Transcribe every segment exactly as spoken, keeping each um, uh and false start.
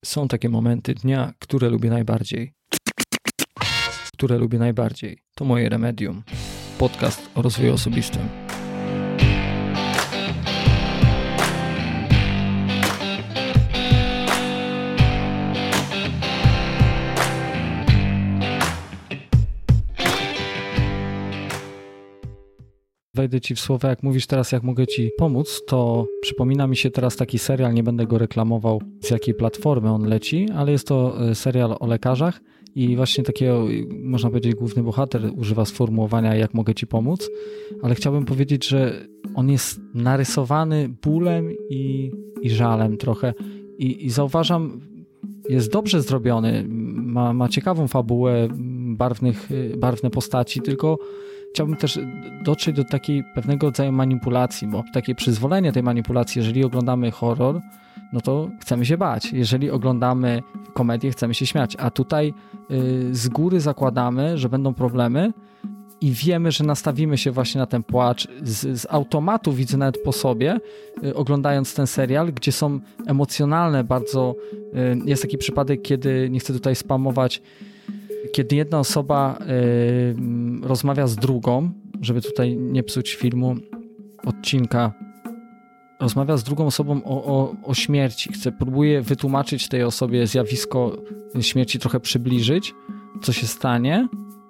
Są takie momenty dnia, które lubię najbardziej. Które lubię najbardziej. To moje Remedium. Podcast o rozwoju osobistym. Wejdę Ci w słowo, jak mówisz teraz, jak mogę Ci pomóc, to przypomina mi się teraz taki serial, nie będę go reklamował, z jakiej platformy on leci, ale jest to serial o lekarzach i właśnie takiego, można powiedzieć, główny bohater używa sformułowania, jak mogę Ci pomóc, ale chciałbym powiedzieć, że on jest narysowany bólem i, i żalem trochę i, i zauważam, jest dobrze zrobiony, ma, ma ciekawą fabułę, barwnych, barwne postaci, tylko chciałbym też dotrzeć do takiej pewnego rodzaju manipulacji, bo takie przyzwolenie tej manipulacji, jeżeli oglądamy horror, no to chcemy się bać. Jeżeli oglądamy komedię, chcemy się śmiać. A tutaj y, z góry zakładamy, że będą problemy i wiemy, że nastawimy się właśnie na ten płacz. Z, z automatu widzę nawet po sobie, y, oglądając ten serial, gdzie są emocjonalne bardzo. Y, jest taki przypadek, kiedy, nie chcę tutaj spamować, kiedy jedna osoba y, rozmawia z drugą, żeby tutaj nie psuć filmu, odcinka, rozmawia z drugą osobą o, o, o śmierci. Chce, próbuje wytłumaczyć tej osobie zjawisko śmierci, trochę przybliżyć, co się stanie.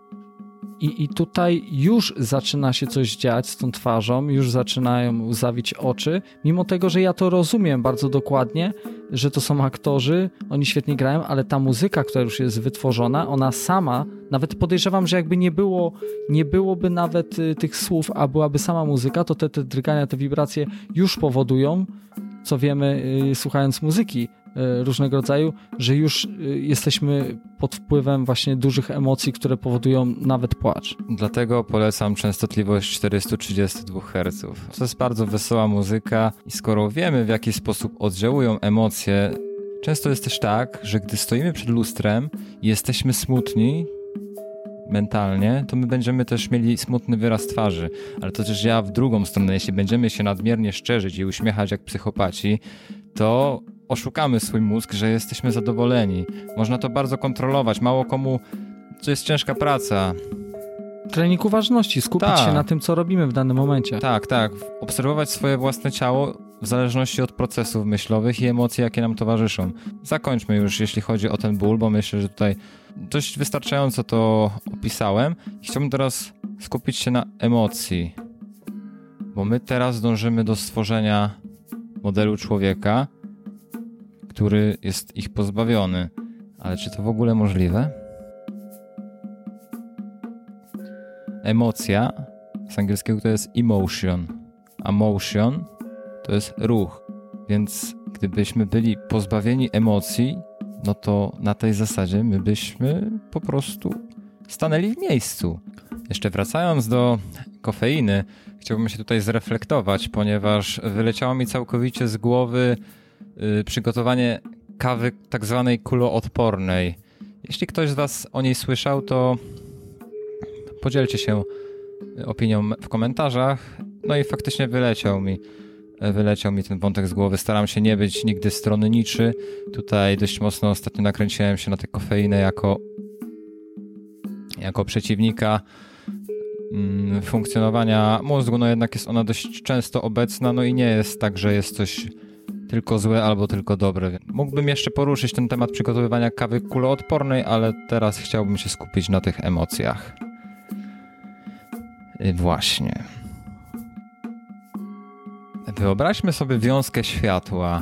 I, I tutaj już zaczyna się coś dziać z tą twarzą, już zaczynają łzawić oczy, mimo tego, że ja to rozumiem bardzo dokładnie, że to są aktorzy, oni świetnie grają, ale ta muzyka, która już jest wytworzona, ona sama, nawet podejrzewam, że jakby nie było, nie byłoby nawet y, tych słów, a byłaby sama muzyka, to te, te drgania, te wibracje już powodują, co wiemy y, słuchając muzyki y, różnego rodzaju, że już y, jesteśmy pod wpływem właśnie dużych emocji, które powodują nawet płacz. Dlatego polecam częstotliwość czterysta trzydzieści dwa herców. To jest bardzo wesoła muzyka i skoro wiemy, w jaki sposób oddziałują emocje, często jest też tak, że gdy stoimy przed lustrem i jesteśmy smutni mentalnie, to my będziemy też mieli smutny wyraz twarzy, ale to też ja w drugą stronę, jeśli będziemy się nadmiernie szczerzyć i uśmiechać jak psychopaci, to oszukamy swój mózg, że jesteśmy zadowoleni. Można to bardzo kontrolować. Mało komu... To jest ciężka praca. Trening uważności, skupić tak. się na tym, co robimy w danym momencie. Tak, tak. Obserwować swoje własne ciało w zależności od procesów myślowych i emocji, jakie nam towarzyszą. Zakończmy już, jeśli chodzi o ten ból, bo myślę, że tutaj dość wystarczająco to opisałem. Chciałbym teraz skupić się na emocji, bo my teraz dążymy do stworzenia modelu człowieka, który jest ich pozbawiony. Ale czy to w ogóle możliwe? Emocja z angielskiego to jest emotion, a motion to jest ruch. Więc gdybyśmy byli pozbawieni emocji, no to na tej zasadzie my byśmy po prostu stanęli w miejscu. Jeszcze wracając do kofeiny, chciałbym się tutaj zreflektować, ponieważ wyleciało mi całkowicie z głowy yy, przygotowanie kawy tak zwanej kuloodpornej. Jeśli ktoś z Was o niej słyszał, to podzielcie się opinią w komentarzach. No i faktycznie wyleciał mi, wyleciał mi ten wątek z głowy. Staram się nie być nigdy stronniczy. Tutaj dość mocno ostatnio nakręciłem się na tę kofeinę jako, jako przeciwnika mm, funkcjonowania mózgu. No jednak jest ona dość często obecna, no i nie jest tak, że jest coś tylko złe albo tylko dobre. Mógłbym jeszcze poruszyć ten temat przygotowywania kawy kuloodpornej, ale teraz chciałbym się skupić na tych emocjach. Właśnie. Wyobraźmy sobie wiązkę światła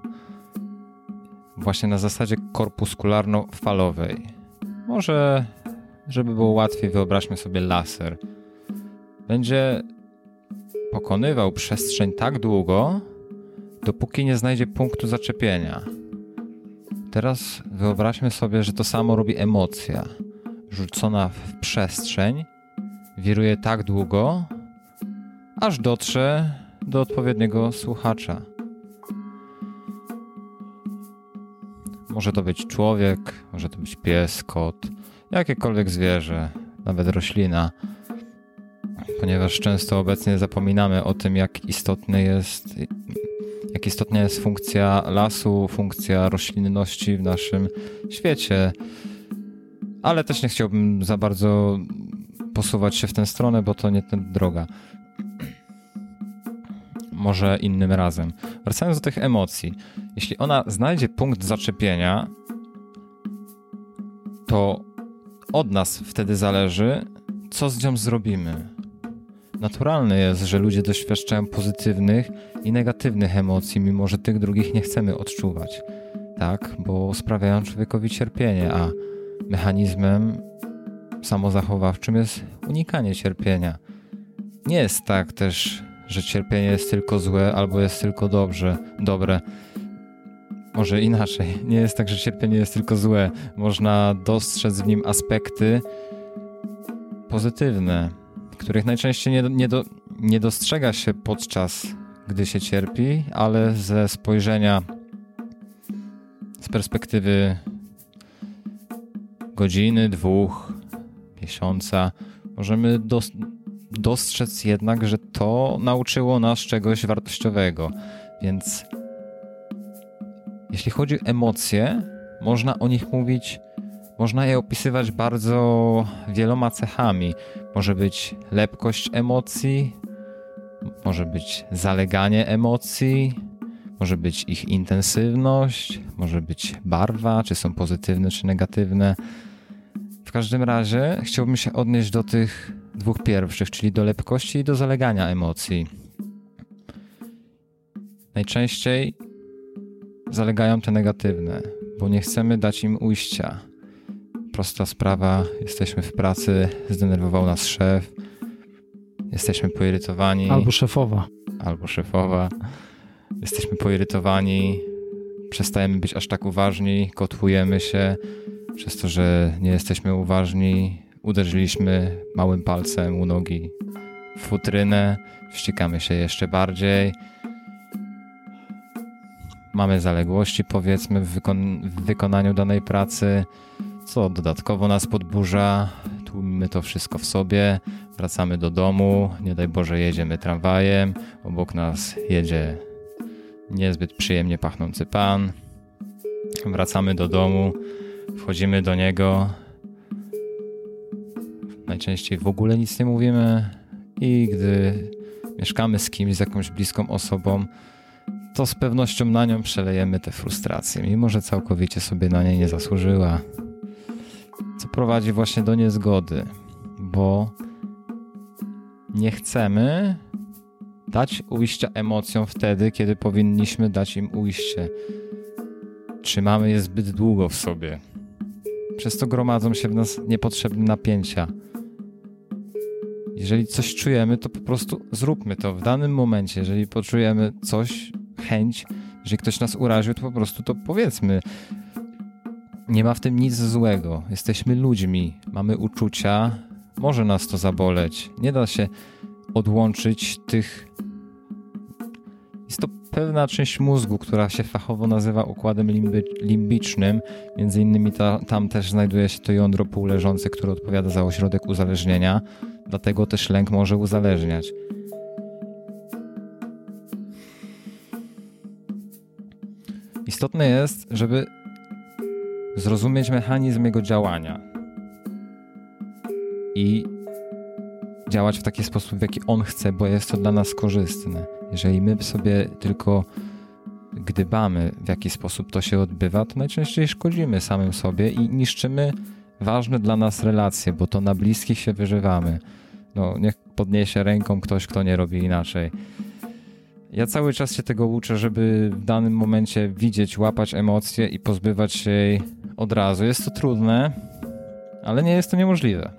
właśnie na zasadzie korpuskularno-falowej. Może, żeby było łatwiej, wyobraźmy sobie laser. Będzie pokonywał przestrzeń tak długo, dopóki nie znajdzie punktu zaczepienia. Teraz wyobraźmy sobie, że to samo robi emocja. Rzucona w przestrzeń, wiruje tak długo, aż dotrze do odpowiedniego słuchacza. Może to być człowiek, może to być pies, kot, jakiekolwiek zwierzę, nawet roślina, ponieważ często obecnie zapominamy o tym, jak istotny jest jak istotna jest funkcja lasu, funkcja roślinności w naszym świecie. Ale też nie chciałbym za bardzo posuwać się w tę stronę, bo to nie ta droga. Może innym razem. Wracając do tych emocji. Jeśli ona znajdzie punkt zaczepienia, to od nas wtedy zależy, co z nią zrobimy. Naturalne jest, że ludzie doświadczają pozytywnych i negatywnych emocji, mimo że tych drugich nie chcemy odczuwać. Tak, bo sprawiają człowiekowi cierpienie, a mechanizmem samozachowawczym jest unikanie cierpienia. Nie jest tak też, że cierpienie jest tylko złe albo jest tylko dobrze, dobre. Może inaczej. Nie jest tak, że cierpienie jest tylko złe. Można dostrzec w nim aspekty pozytywne, których najczęściej nie, nie, do, nie dostrzega się podczas gdy się cierpi, ale ze spojrzenia z perspektywy godziny, dwóch, miesiąca możemy dos- dostrzec jednak, że to nauczyło nas czegoś wartościowego. Więc jeśli chodzi o emocje, można o nich mówić, można je opisywać bardzo wieloma cechami. Może być lepkość emocji, może być zaleganie emocji, może być ich intensywność, może być barwa, czy są pozytywne, czy negatywne. W każdym razie chciałbym się odnieść do tych dwóch pierwszych, czyli do lepkości i do zalegania emocji. Najczęściej zalegają te negatywne, bo nie chcemy dać im ujścia. Prosta sprawa, jesteśmy w pracy, zdenerwował nas szef, jesteśmy poirytowani. Albo szefowa. Albo szefowa. Jesteśmy poirytowani, przestajemy być aż tak uważni, kotłujemy się. Przez to, że nie jesteśmy uważni, uderzyliśmy małym palcem u nogi w futrynę, wściekamy się jeszcze bardziej. Mamy zaległości, powiedzmy, w, wykon- w wykonaniu danej pracy, co dodatkowo nas podburza. Tłumimy to wszystko w sobie, wracamy do domu, nie daj Boże jedziemy tramwajem, obok nas jedzie niezbyt przyjemnie pachnący pan. Wracamy do domu, wchodzimy do niego, najczęściej w ogóle nic nie mówimy i gdy mieszkamy z kimś, z jakąś bliską osobą, to z pewnością na nią przelejemy te frustracje, mimo że całkowicie sobie na nie nie zasłużyła. Co prowadzi właśnie do niezgody, bo nie chcemy dać ujścia emocjom wtedy, kiedy powinniśmy dać im ujście. Trzymamy je zbyt długo w sobie. Przez to gromadzą się w nas niepotrzebne napięcia. Jeżeli coś czujemy, to po prostu zróbmy to w danym momencie. Jeżeli poczujemy coś, chęć, jeżeli ktoś nas uraził, to po prostu to powiedzmy. Nie ma w tym nic złego. Jesteśmy ludźmi, mamy uczucia, może nas to zaboleć. Nie da się odłączyć tych... Jest to pewna część mózgu, która się fachowo nazywa układem limby, limbicznym. Między innymi ta, tam też znajduje się to jądro półleżące, które odpowiada za ośrodek uzależnienia. Dlatego też lęk może uzależniać. Istotne jest, żeby zrozumieć mechanizm jego działania i działać w taki sposób, w jaki on chce, bo jest to dla nas korzystne. Jeżeli my sobie tylko gdybamy, w jaki sposób to się odbywa, to najczęściej szkodzimy samym sobie i niszczymy ważne dla nas relacje, bo to na bliskich się wyżywamy. No, niech podniesie ręką ktoś, kto nie robi inaczej. Ja cały czas się tego uczę, żeby w danym momencie widzieć, łapać emocje i pozbywać się jej od razu. Jest to trudne, ale nie jest to niemożliwe.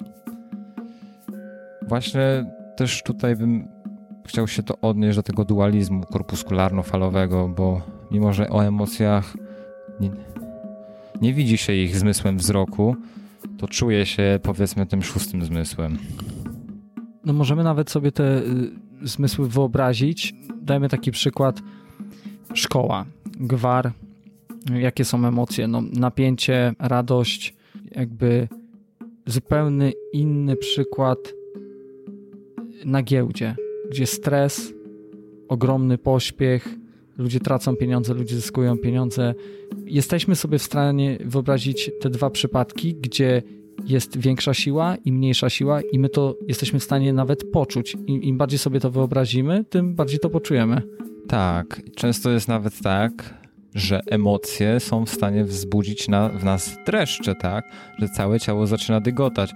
Właśnie też tutaj bym chciał się to odnieść do tego dualizmu korpuskularno-falowego, bo mimo, że o emocjach nie, nie widzi się ich zmysłem wzroku, to czuje się, powiedzmy, tym szóstym zmysłem. No możemy nawet sobie te y, zmysły wyobrazić. Dajmy taki przykład. Szkoła, gwar, jakie są emocje? No, napięcie, radość, jakby zupełnie inny przykład na giełdzie, gdzie stres, ogromny pośpiech, ludzie tracą pieniądze, ludzie zyskują pieniądze. Jesteśmy sobie w stanie wyobrazić te dwa przypadki, gdzie jest większa siła i mniejsza siła i my to jesteśmy w stanie nawet poczuć. Im, im bardziej sobie to wyobrazimy, tym bardziej to poczujemy. Tak, często jest nawet tak, że emocje są w stanie wzbudzić na, w nas dreszcze, tak? Że całe ciało zaczyna dygotać.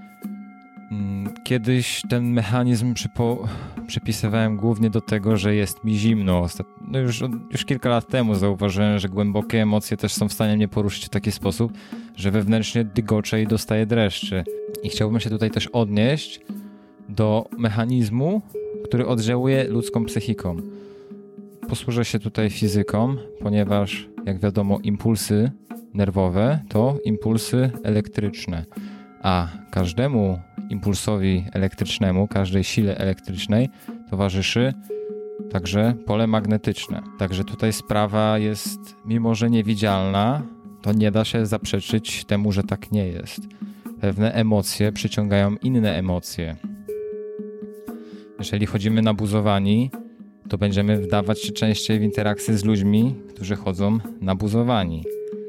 Kiedyś ten mechanizm przypo, przypisywałem głównie do tego, że jest mi zimno. No już, już kilka lat temu zauważyłem, że głębokie emocje też są w stanie mnie poruszyć w taki sposób, że wewnętrznie dygoczę i dostaję dreszczy. I chciałbym się tutaj też odnieść do mechanizmu, który oddziałuje ludzką psychiką. Posłużę się tutaj fizyką, ponieważ jak wiadomo impulsy nerwowe to impulsy elektryczne, a każdemu impulsowi elektrycznemu, każdej sile elektrycznej towarzyszy także pole magnetyczne. Także tutaj sprawa jest, mimo że niewidzialna, to nie da się zaprzeczyć temu, że tak nie jest. Pewne emocje przyciągają inne emocje. Jeżeli chodzimy nabuzowani, to będziemy wdawać się częściej w interakcje z ludźmi, którzy chodzą nabuzowani.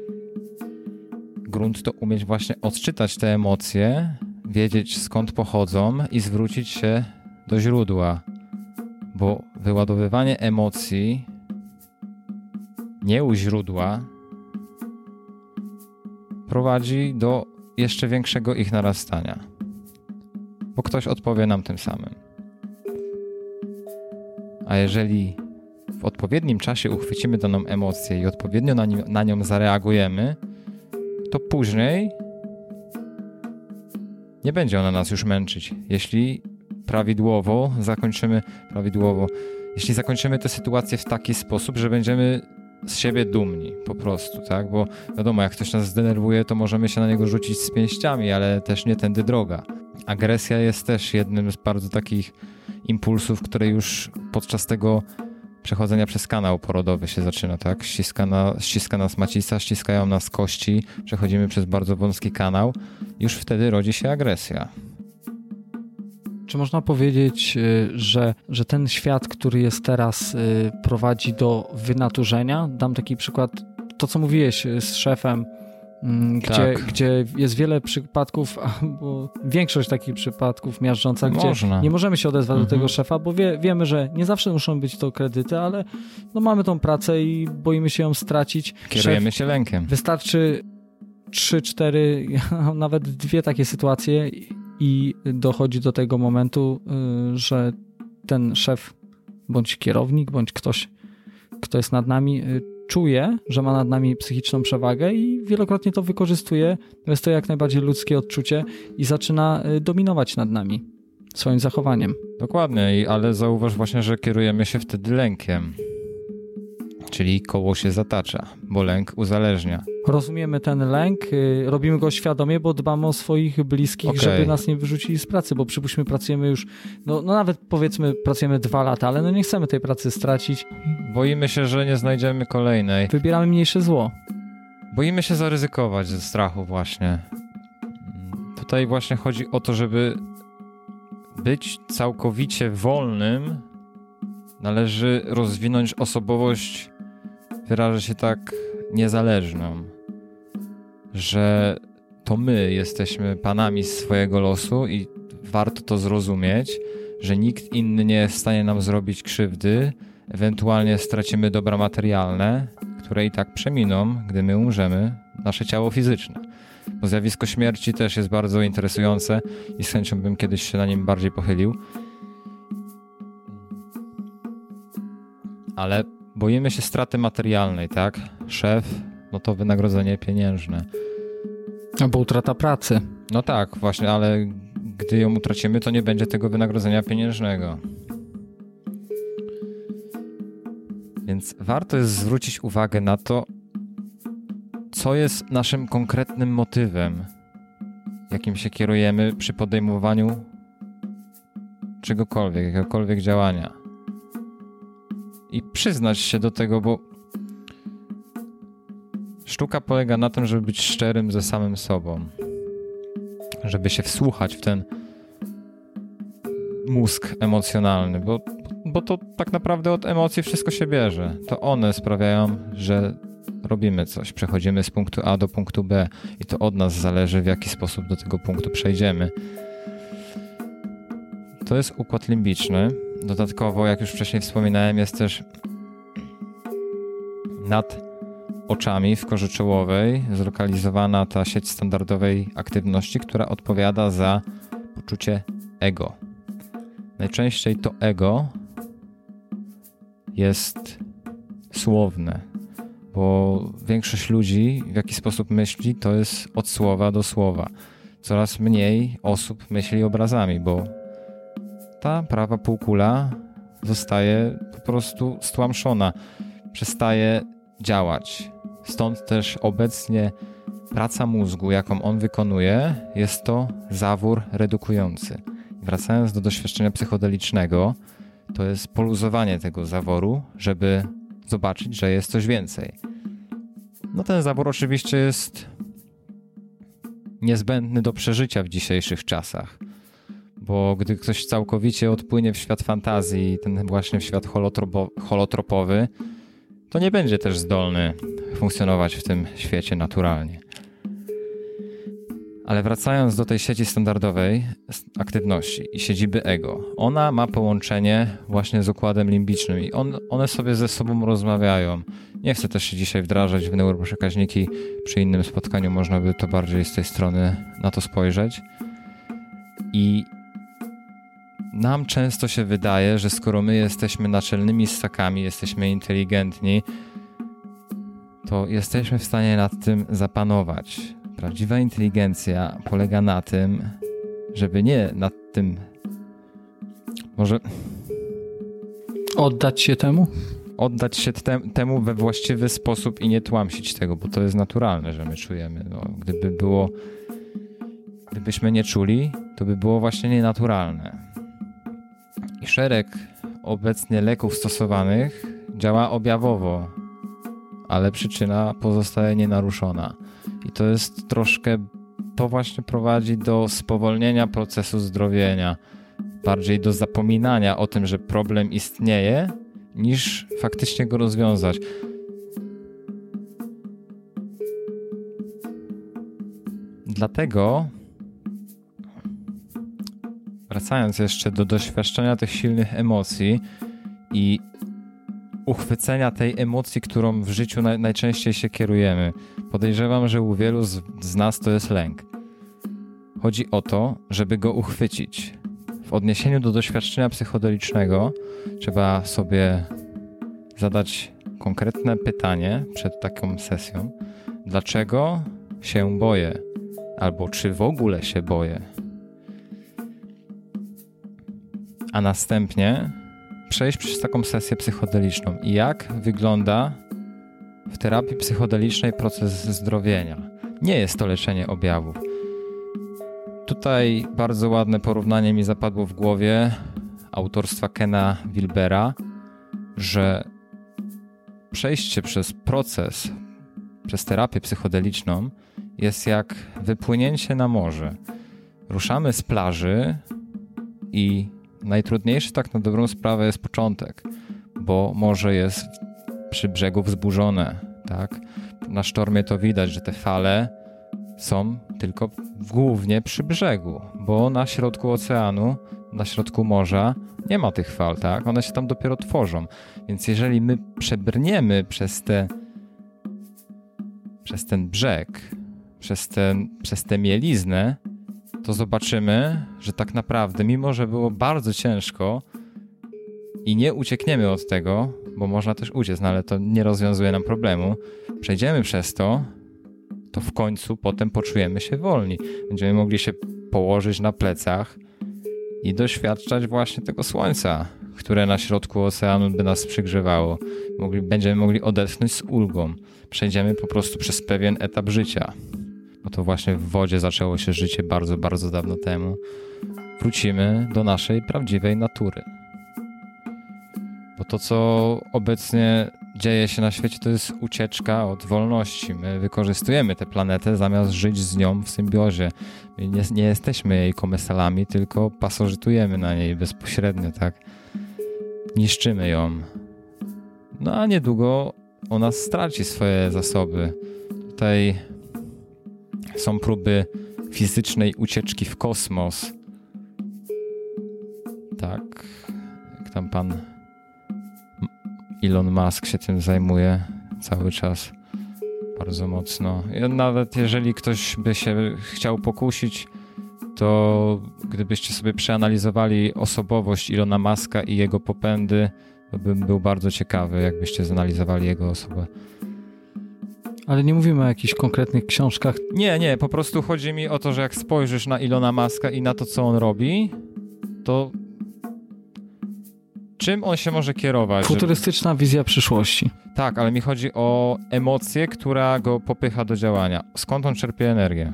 Grunt to umieć właśnie odczytać te emocje, wiedzieć skąd pochodzą i zwrócić się do źródła. Bo wyładowywanie emocji nie u źródła prowadzi do jeszcze większego ich narastania. Bo ktoś odpowie nam tym samym. A jeżeli w odpowiednim czasie uchwycimy daną emocję i odpowiednio na, ni- na nią zareagujemy, to później nie będzie ona nas już męczyć. Jeśli prawidłowo zakończymy, prawidłowo, jeśli zakończymy tę sytuację w taki sposób, że będziemy z siebie dumni po prostu, tak? Bo wiadomo, jak ktoś nas zdenerwuje, to możemy się na niego rzucić z pięściami, ale też nie tędy droga. Agresja jest też jednym z bardzo takich impulsów, które już podczas tego przechodzenia przez kanał porodowy się zaczyna, tak? Ściska, na, ściska nas macica, ściskają nas kości, przechodzimy przez bardzo wąski kanał. Już wtedy rodzi się agresja. Czy można powiedzieć, że, że ten świat, który jest teraz, prowadzi do wynaturzenia? Dam taki przykład, to co mówiłeś z szefem, gdzie, tak. gdzie jest wiele przypadków, albo większość takich przypadków miażdżąca, gdzie Można. nie możemy się odezwać mhm. do tego szefa, bo wie, wiemy, że nie zawsze muszą być to kredyty, ale no mamy tą pracę i boimy się ją stracić. Kierujemy Szef, się lękiem. Wystarczy trzy, cztery, nawet dwie takie sytuacje i dochodzi do tego momentu, że ten szef, bądź kierownik, bądź ktoś, kto jest nad nami, czuje, że ma nad nami psychiczną przewagę i wielokrotnie to wykorzystuje. Jest to jak najbardziej ludzkie odczucie i zaczyna dominować nad nami swoim zachowaniem. Dokładnie, ale zauważ właśnie, że kierujemy się wtedy lękiem. Czyli koło się zatacza, bo lęk uzależnia. Rozumiemy ten lęk, robimy go świadomie, bo dbamy o swoich bliskich, okay. żeby nas nie wyrzucili z pracy, bo przypuśćmy pracujemy już, no, no nawet powiedzmy pracujemy dwa lata, ale no nie chcemy tej pracy stracić. Boimy się, że nie znajdziemy kolejnej. Wybieramy mniejsze zło. Boimy się zaryzykować ze strachu właśnie. Tutaj właśnie chodzi o to, żeby być całkowicie wolnym, należy rozwinąć osobowość, wyrażę się tak, niezależną. Że to my jesteśmy panami swojego losu i warto to zrozumieć, że nikt inny nie jest w stanie nam zrobić krzywdy, ewentualnie stracimy dobra materialne, które i tak przeminą, gdy my umrzemy, nasze ciało fizyczne. Bo zjawisko śmierci też jest bardzo interesujące i z chęcią bym kiedyś się na nim bardziej pochylił. Ale boimy się straty materialnej, tak? Szef, no to wynagrodzenie pieniężne. Albo utrata pracy. No tak, właśnie, ale gdy ją utracimy, to nie będzie tego wynagrodzenia pieniężnego. Więc warto jest zwrócić uwagę na to, co jest naszym konkretnym motywem, jakim się kierujemy przy podejmowaniu czegokolwiek, jakiegokolwiek działania. I przyznać się do tego, bo sztuka polega na tym, żeby być szczerym ze samym sobą. Żeby się wsłuchać w ten mózg emocjonalny, bo bo to tak naprawdę od emocji wszystko się bierze. To one sprawiają, że robimy coś, przechodzimy z punktu A do punktu B i to od nas zależy, w jaki sposób do tego punktu przejdziemy. To jest układ limbiczny. Dodatkowo, jak już wcześniej wspominałem, jest też nad oczami w korze czołowej zlokalizowana ta sieć standardowej aktywności, która odpowiada za poczucie ego. Najczęściej to ego jest słowne, bo większość ludzi w jaki sposób myśli, to jest od słowa do słowa. Coraz mniej osób myśli obrazami, bo ta prawa półkula zostaje po prostu stłamszona, przestaje działać. Stąd też obecnie praca mózgu, jaką on wykonuje, jest to zawór redukujący. Wracając do doświadczenia psychodelicznego, to jest poluzowanie tego zaworu, żeby zobaczyć, że jest coś więcej. No ten zawór oczywiście jest niezbędny do przeżycia w dzisiejszych czasach, bo gdy ktoś całkowicie odpłynie w świat fantazji, ten właśnie w świat holotropo- holotropowy, to nie będzie też zdolny funkcjonować w tym świecie naturalnie. Ale wracając do tej sieci standardowej aktywności i siedziby ego, ona ma połączenie właśnie z układem limbicznym i on, one sobie ze sobą rozmawiają. Nie chcę też się dzisiaj wdrażać w neuroprzekaźniki, przy innym spotkaniu można by to bardziej z tej strony na to spojrzeć. I nam często się wydaje, że skoro my jesteśmy naczelnymi ssakami, jesteśmy inteligentni, to jesteśmy w stanie nad tym zapanować. Prawdziwa inteligencja polega na tym, żeby nie nad tym może oddać się temu? Oddać się te, temu we właściwy sposób i nie tłamsić tego, bo to jest naturalne, że my czujemy. No, gdyby było, gdybyśmy nie czuli, to by było właśnie nienaturalne. I szereg obecnie leków stosowanych działa objawowo, ale przyczyna pozostaje nienaruszona. I to jest troszkę, to właśnie prowadzi do spowolnienia procesu zdrowienia, bardziej do zapominania o tym, że problem istnieje, niż faktycznie go rozwiązać. Dlatego, wracając jeszcze do doświadczenia tych silnych emocji i uchwycenia tej emocji, którą w życiu naj, najczęściej się kierujemy. Podejrzewam, że u wielu z, z nas to jest lęk. Chodzi o to, żeby go uchwycić. W odniesieniu do doświadczenia psychodelicznego trzeba sobie zadać konkretne pytanie przed taką sesją. Dlaczego się boję? Albo czy w ogóle się boję? A następnie przejść przez taką sesję psychodeliczną. I jak wygląda w terapii psychodelicznej proces zdrowienia? Nie jest to leczenie objawów. Tutaj bardzo ładne porównanie mi zapadło w głowie autorstwa Kena Wilbera, że przejście przez proces, przez terapię psychodeliczną jest jak wypłynięcie na morze. Ruszamy z plaży i najtrudniejszy tak na dobrą sprawę jest początek, bo morze jest przy brzegu wzburzone, tak? Na sztormie to widać, że te fale są tylko głównie przy brzegu, bo na środku oceanu, na środku morza nie ma tych fal, tak? One się tam dopiero tworzą. Więc jeżeli my przebrniemy przez te przez ten brzeg, przez, ten, przez tę mieliznę, to zobaczymy, że tak naprawdę, mimo że było bardzo ciężko i nie uciekniemy od tego, bo można też uciec, no ale to nie rozwiązuje nam problemu, przejdziemy przez to, to w końcu potem poczujemy się wolni. Będziemy mogli się położyć na plecach i doświadczać właśnie tego słońca, które na środku oceanu by nas przygrzewało. Mogli, będziemy mogli odetchnąć z ulgą. Przejdziemy po prostu przez pewien etap życia. Bo to właśnie w wodzie zaczęło się życie bardzo, bardzo dawno temu. Wrócimy do naszej prawdziwej natury. Bo to, co obecnie dzieje się na świecie, to jest ucieczka od wolności. My wykorzystujemy tę planetę zamiast żyć z nią w symbiozie. My nie, nie jesteśmy jej komesalami, tylko pasożytujemy na niej bezpośrednio, tak? niszczymy ją. No a niedługo ona straci swoje zasoby. Tutaj są próby fizycznej ucieczki w kosmos. Tak, jak tam pan Elon Musk się tym zajmuje cały czas bardzo mocno. I nawet jeżeli ktoś by się chciał pokusić, to gdybyście sobie przeanalizowali osobowość Elona Muska i jego popędy, to bym był bardzo ciekawy, jakbyście zanalizowali jego osobę. Ale nie mówimy o jakichś konkretnych książkach. Nie, nie, po prostu chodzi mi o to, że jak spojrzysz na Elona Muska i na to, co on robi, to czym on się może kierować? Futurystyczna wizja przyszłości. Tak, ale mi chodzi o emocję, która go popycha do działania. Skąd on czerpie energię?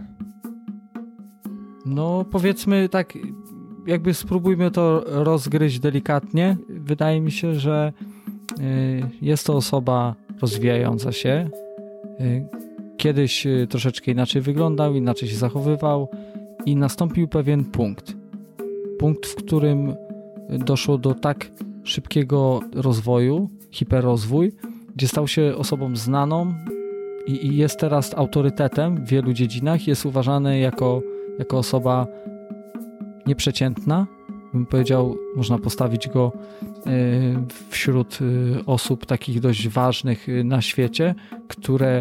No powiedzmy tak, jakby spróbujmy to rozgryźć delikatnie. Wydaje mi się, że jest to osoba rozwijająca się. Kiedyś troszeczkę inaczej wyglądał, inaczej się zachowywał i nastąpił pewien punkt. Punkt, w którym doszło do tak szybkiego rozwoju, hiperrozwój, gdzie stał się osobą znaną i, i jest teraz autorytetem w wielu dziedzinach. Jest uważany jako, jako osoba nieprzeciętna. Bym powiedział, można postawić go wśród osób takich dość ważnych na świecie, które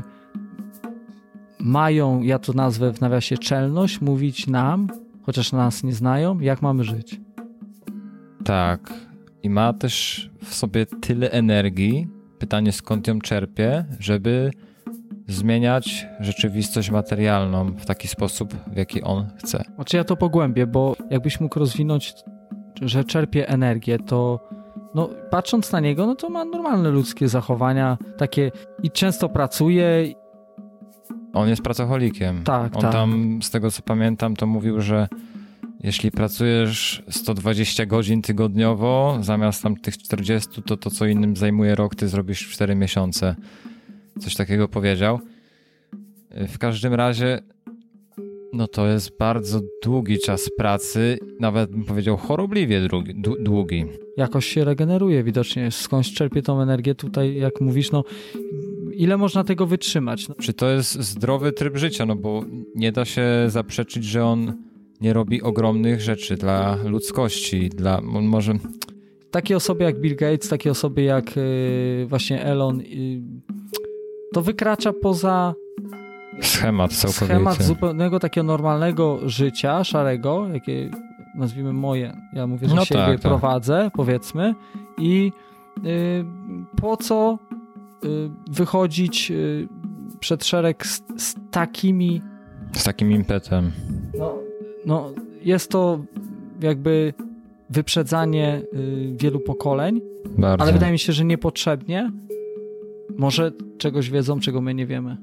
mają, ja to nazwę w nawiasie, czelność mówić nam, chociaż nas nie znają, jak mamy żyć. Tak. I ma też w sobie tyle energii, pytanie skąd ją czerpie, żeby zmieniać rzeczywistość materialną w taki sposób, w jaki on chce. Znaczy ja to pogłębię, bo jakbyś mógł rozwinąć, że czerpie energię, to no, patrząc na niego, no to ma normalne ludzkie zachowania, takie i często pracuje. On jest pracocholikiem. Tak, on tak. tam, z tego co pamiętam, to mówił, że jeśli pracujesz sto dwadzieścia godzin tygodniowo, zamiast tam tych czterdziestu, to to, co innym zajmuje rok, ty zrobisz w cztery miesiące. Coś takiego powiedział. W każdym razie, no to jest bardzo długi czas pracy, nawet bym powiedział chorobliwie długi. długi. Jakoś się regeneruje widocznie. Skądś czerpie tą energię tutaj, jak mówisz, no ile można tego wytrzymać? No. Czy to jest zdrowy tryb życia? No bo nie da się zaprzeczyć, że on nie robi ogromnych rzeczy dla ludzkości, dla może... Takie osoby jak Bill Gates, takie osoby jak yy, właśnie Elon, yy, to wykracza poza schemat całkowicie. Schemat zupełnego takiego normalnego życia, szarego, jakie nazwijmy moje, ja mówię, że no siebie tak, prowadzę, tak. powiedzmy, i yy, po co yy, wychodzić yy, przed szereg z, z takimi... Z takim impetem. No, no jest to jakby wyprzedzanie y, wielu pokoleń, Bardzo. Ale wydaje mi się, że niepotrzebnie. Może czegoś wiedzą, czego my nie wiemy.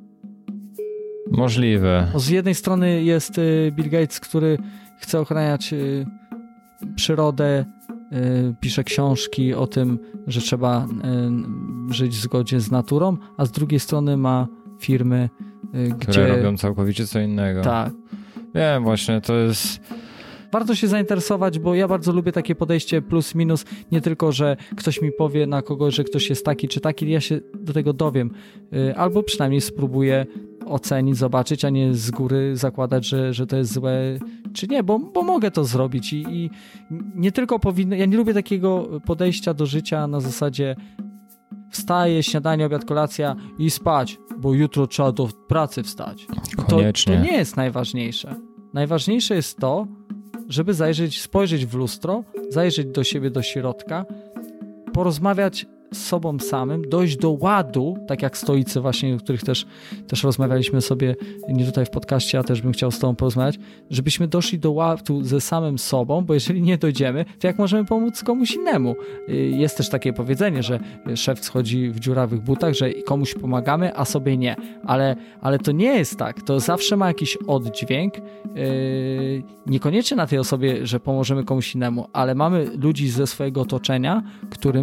Możliwe. No, z jednej strony jest y, Bill Gates, który chce ochraniać y, przyrodę, y, pisze książki o tym, że trzeba y, żyć w zgodzie z naturą, a z drugiej strony ma firmy, y, które gdzie... robią całkowicie co innego. Tak. Wiem, właśnie, to jest... Warto się zainteresować, bo ja bardzo lubię takie podejście plus minus, nie tylko, że ktoś mi powie na kogoś, że ktoś jest taki czy taki, ja się do tego dowiem, albo przynajmniej spróbuję ocenić, zobaczyć, a nie z góry zakładać, że, że to jest złe czy nie, bo, bo mogę to zrobić i, i nie tylko powinno, ja nie lubię takiego podejścia do życia na zasadzie wstaję, śniadanie, obiad, kolacja i spać, bo jutro trzeba do pracy wstać. Koniecznie. To, to nie jest najważniejsze. Najważniejsze jest to, żeby zajrzeć, spojrzeć w lustro, zajrzeć do siebie, do środka, porozmawiać z sobą samym, dojść do ładu, tak jak stoicy właśnie, o których też, też rozmawialiśmy sobie, nie tutaj w podcaście, a też bym chciał z tobą porozmawiać, żebyśmy doszli do ładu ze samym sobą, bo jeżeli nie dojdziemy, to jak możemy pomóc komuś innemu? Jest też takie powiedzenie, że szef schodzi w dziurawych butach, że komuś pomagamy, a sobie nie, ale, ale to nie jest tak, to zawsze ma jakiś oddźwięk, yy, niekoniecznie na tej osobie, że pomożemy komuś innemu, ale mamy ludzi ze swojego otoczenia, którym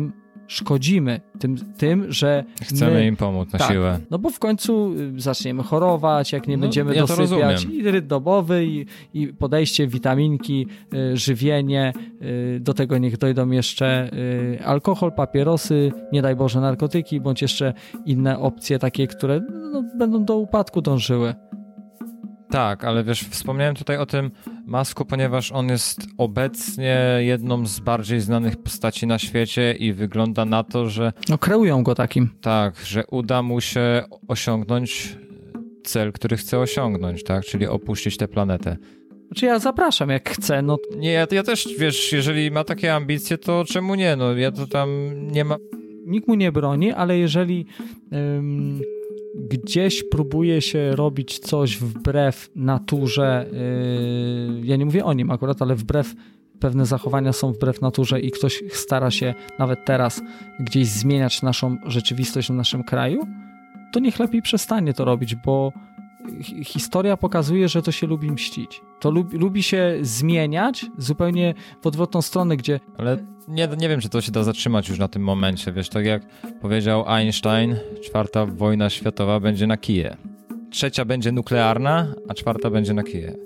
szkodzimy tym, tym że chcemy my, im pomóc na tak, siłę. No bo w końcu zaczniemy chorować, jak nie no, będziemy ja dosypiać i rytm dobowy i, i podejście, witaminki, y, żywienie, y, do tego niech dojdą jeszcze y, alkohol, papierosy, nie daj Boże narkotyki, bądź jeszcze inne opcje takie, które no, będą do upadku dążyły. Tak, ale wiesz, wspomniałem tutaj o tym Musku, ponieważ on jest obecnie jedną z bardziej znanych postaci na świecie i wygląda na to, że... No kreują go takim. Tak, że uda mu się osiągnąć cel, który chce osiągnąć, tak? Czyli opuścić tę planetę. Znaczy ja zapraszam, jak chcę, no... Nie, ja, ja też, wiesz, jeżeli ma takie ambicje, to czemu nie? No ja to tam nie ma... Nikt mu nie broni, ale jeżeli... Ym... gdzieś próbuje się robić coś wbrew naturze, yy, ja nie mówię o nim akurat, ale wbrew, pewne zachowania są wbrew naturze i ktoś stara się nawet teraz gdzieś zmieniać naszą rzeczywistość w naszym kraju, to niech lepiej przestanie to robić, bo historia pokazuje, że to się lubi mścić. To lubi, lubi się zmieniać zupełnie w odwrotną stronę, gdzie... Ale nie, nie wiem, czy to się da zatrzymać już na tym momencie. Wiesz, tak jak powiedział Einstein, czwarta wojna światowa będzie na kije. Trzecia będzie nuklearna, a czwarta będzie na kije.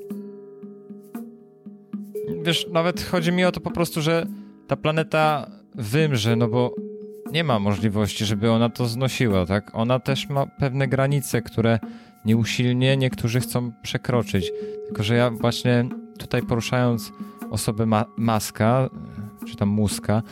Wiesz, nawet chodzi mi o to po prostu, że ta planeta wymrze, no bo nie ma możliwości, żeby ona to znosiła, tak? Ona też ma pewne granice, które nieusilnie niektórzy chcą przekroczyć. Tylko że ja właśnie tutaj poruszając osobę ma- Muska, czy tam Muska,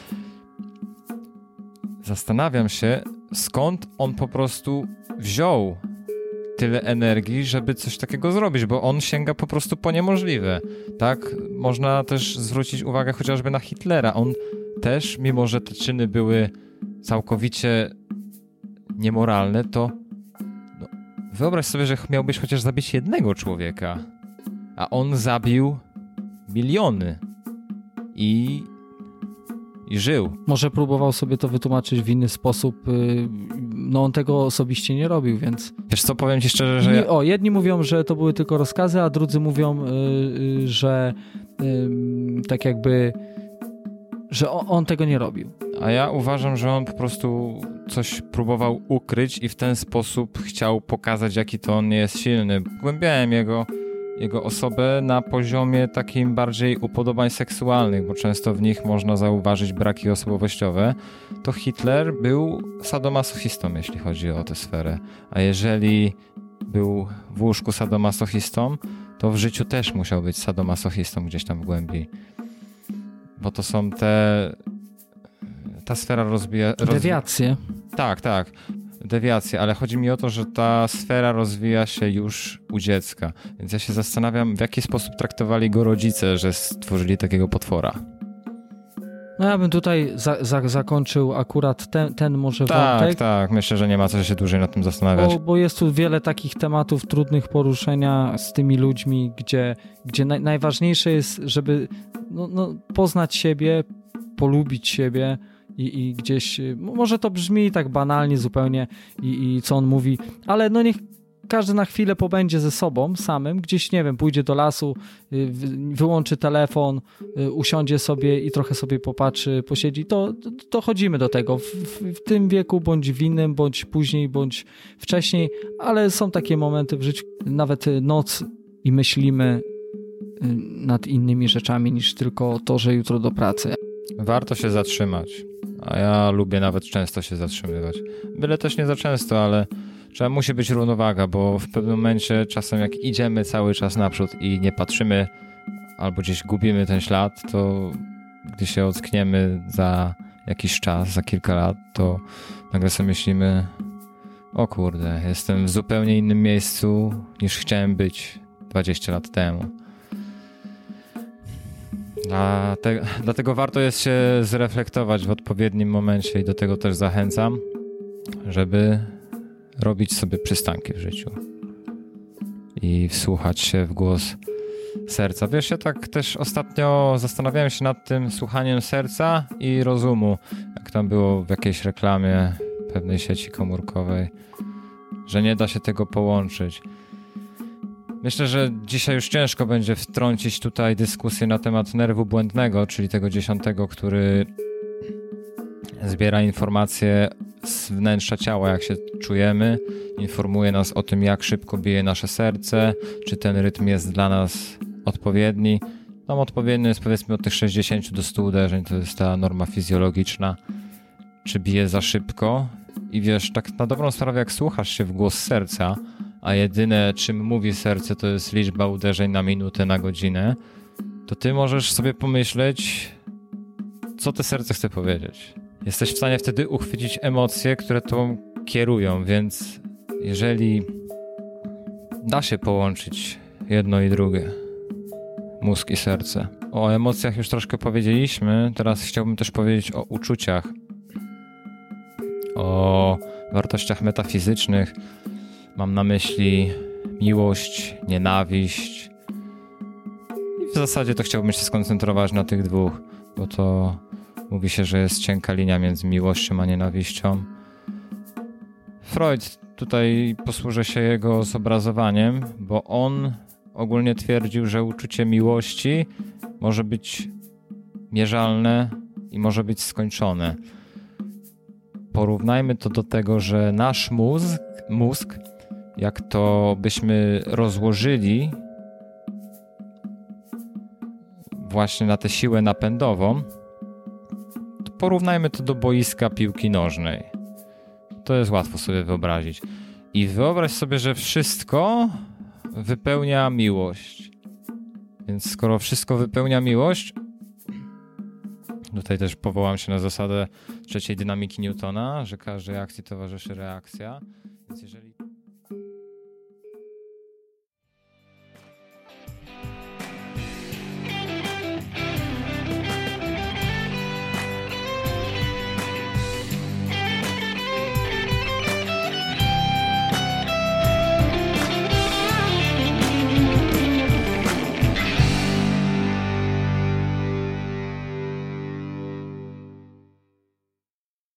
zastanawiam się, skąd on po prostu wziął tyle energii, żeby coś takiego zrobić, bo on sięga po prostu po niemożliwe, tak? Można też zwrócić uwagę chociażby na Hitlera. On też, mimo że te czyny były całkowicie niemoralne, to no, wyobraź sobie, że miałbyś chociaż zabić jednego człowieka, a on zabił miliony i, i żył. Może próbował sobie to wytłumaczyć w inny sposób. No on tego osobiście nie robił, więc... Wiesz co, powiem ci szczerze, że... I, Ja... O, jedni mówią, że to były tylko rozkazy, a drudzy mówią, yy, że yy, tak jakby, że on, on tego nie robił. A ja uważam, że on po prostu coś próbował ukryć i w ten sposób chciał pokazać, jaki to on nie jest silny. Głębiałem jego, jego osobę na poziomie takim bardziej upodobań seksualnych, bo często w nich można zauważyć braki osobowościowe. To Hitler był sadomasochistą, jeśli chodzi o tę sferę. A jeżeli był w łóżku sadomasochistą, to w życiu też musiał być sadomasochistą gdzieś tam w głębi. Bo to są te... Ta sfera rozwija... Rozwi... Dewiacje. Tak, tak. Dewiacje, ale chodzi mi o to, że ta sfera rozwija się już u dziecka. Więc ja się zastanawiam, w jaki sposób traktowali go rodzice, że stworzyli takiego potwora. No ja bym tutaj za, za, zakończył akurat ten, ten może tak, wątek. Tak, tak. Myślę, że nie ma co się dłużej nad tym zastanawiać. Bo, bo jest tu wiele takich tematów trudnych poruszenia z tymi ludźmi, gdzie, gdzie naj, najważniejsze jest, żeby no, no, poznać siebie, polubić siebie i, i gdzieś, może to brzmi tak banalnie zupełnie i, i co on mówi, ale no niech każdy na chwilę pobędzie ze sobą samym, gdzieś, nie wiem, pójdzie do lasu, wyłączy telefon, usiądzie sobie i trochę sobie popatrzy, posiedzi, to, to chodzimy do tego. W, w tym wieku, bądź w innym, bądź później, bądź wcześniej, ale są takie momenty w życiu, nawet noc i myślimy nad innymi rzeczami niż tylko to, że jutro do pracy. Warto się zatrzymać, a ja lubię nawet często się zatrzymywać. Byle też nie za często, ale trzeba, musi być równowaga, bo w pewnym momencie czasem jak idziemy cały czas naprzód i nie patrzymy albo gdzieś gubimy ten ślad, to gdy się ockniemy za jakiś czas, za kilka lat, to nagle sobie myślimy, o kurde, jestem w zupełnie innym miejscu niż chciałem być dwadzieścia lat temu. A te, dlatego warto jest się zreflektować w odpowiednim momencie i do tego też zachęcam, żeby robić sobie przystanki w życiu i wsłuchać się w głos serca. Wiesz, ja tak też ostatnio zastanawiałem się nad tym słuchaniem serca i rozumu, jak tam było w jakiejś reklamie pewnej sieci komórkowej, że nie da się tego połączyć. Myślę, że dzisiaj już ciężko będzie wtrącić tutaj dyskusję na temat nerwu błędnego, czyli tego dziesiątego, który zbiera informacje z wnętrza ciała, jak się czujemy, informuje nas o tym, jak szybko bije nasze serce, czy ten rytm jest dla nas odpowiedni. Tam odpowiednio jest powiedzmy od tych sześćdziesięciu do stu uderzeń, to jest ta norma fizjologiczna, czy bije za szybko. I wiesz, tak na dobrą sprawę, jak słuchasz się w głos serca, a jedyne, czym mówi serce, to jest liczba uderzeń na minutę, na godzinę, to ty możesz sobie pomyśleć, co te serce chce powiedzieć. Jesteś w stanie wtedy uchwycić emocje, które tobą kierują, więc jeżeli da się połączyć jedno i drugie, mózg i serce. O emocjach już troszkę powiedzieliśmy, teraz chciałbym też powiedzieć o uczuciach, o wartościach metafizycznych. Mam na myśli miłość, nienawiść i w zasadzie to chciałbym się skoncentrować na tych dwóch, bo to mówi się, że jest cienka linia między miłością a nienawiścią. Freud, tutaj posłużę się jego zobrazowaniem, bo on ogólnie twierdził, że uczucie miłości może być mierzalne i może być skończone. Porównajmy to do tego, że nasz mózg, mózg, jak to byśmy rozłożyli właśnie na tę siłę napędową, to porównajmy to do boiska piłki nożnej. To jest łatwo sobie wyobrazić. I wyobraź sobie, że wszystko wypełnia miłość. Więc skoro wszystko wypełnia miłość, tutaj też powołam się na zasadę trzeciej dynamiki Newtona, że każdej akcji towarzyszy reakcja. Więc jeżeli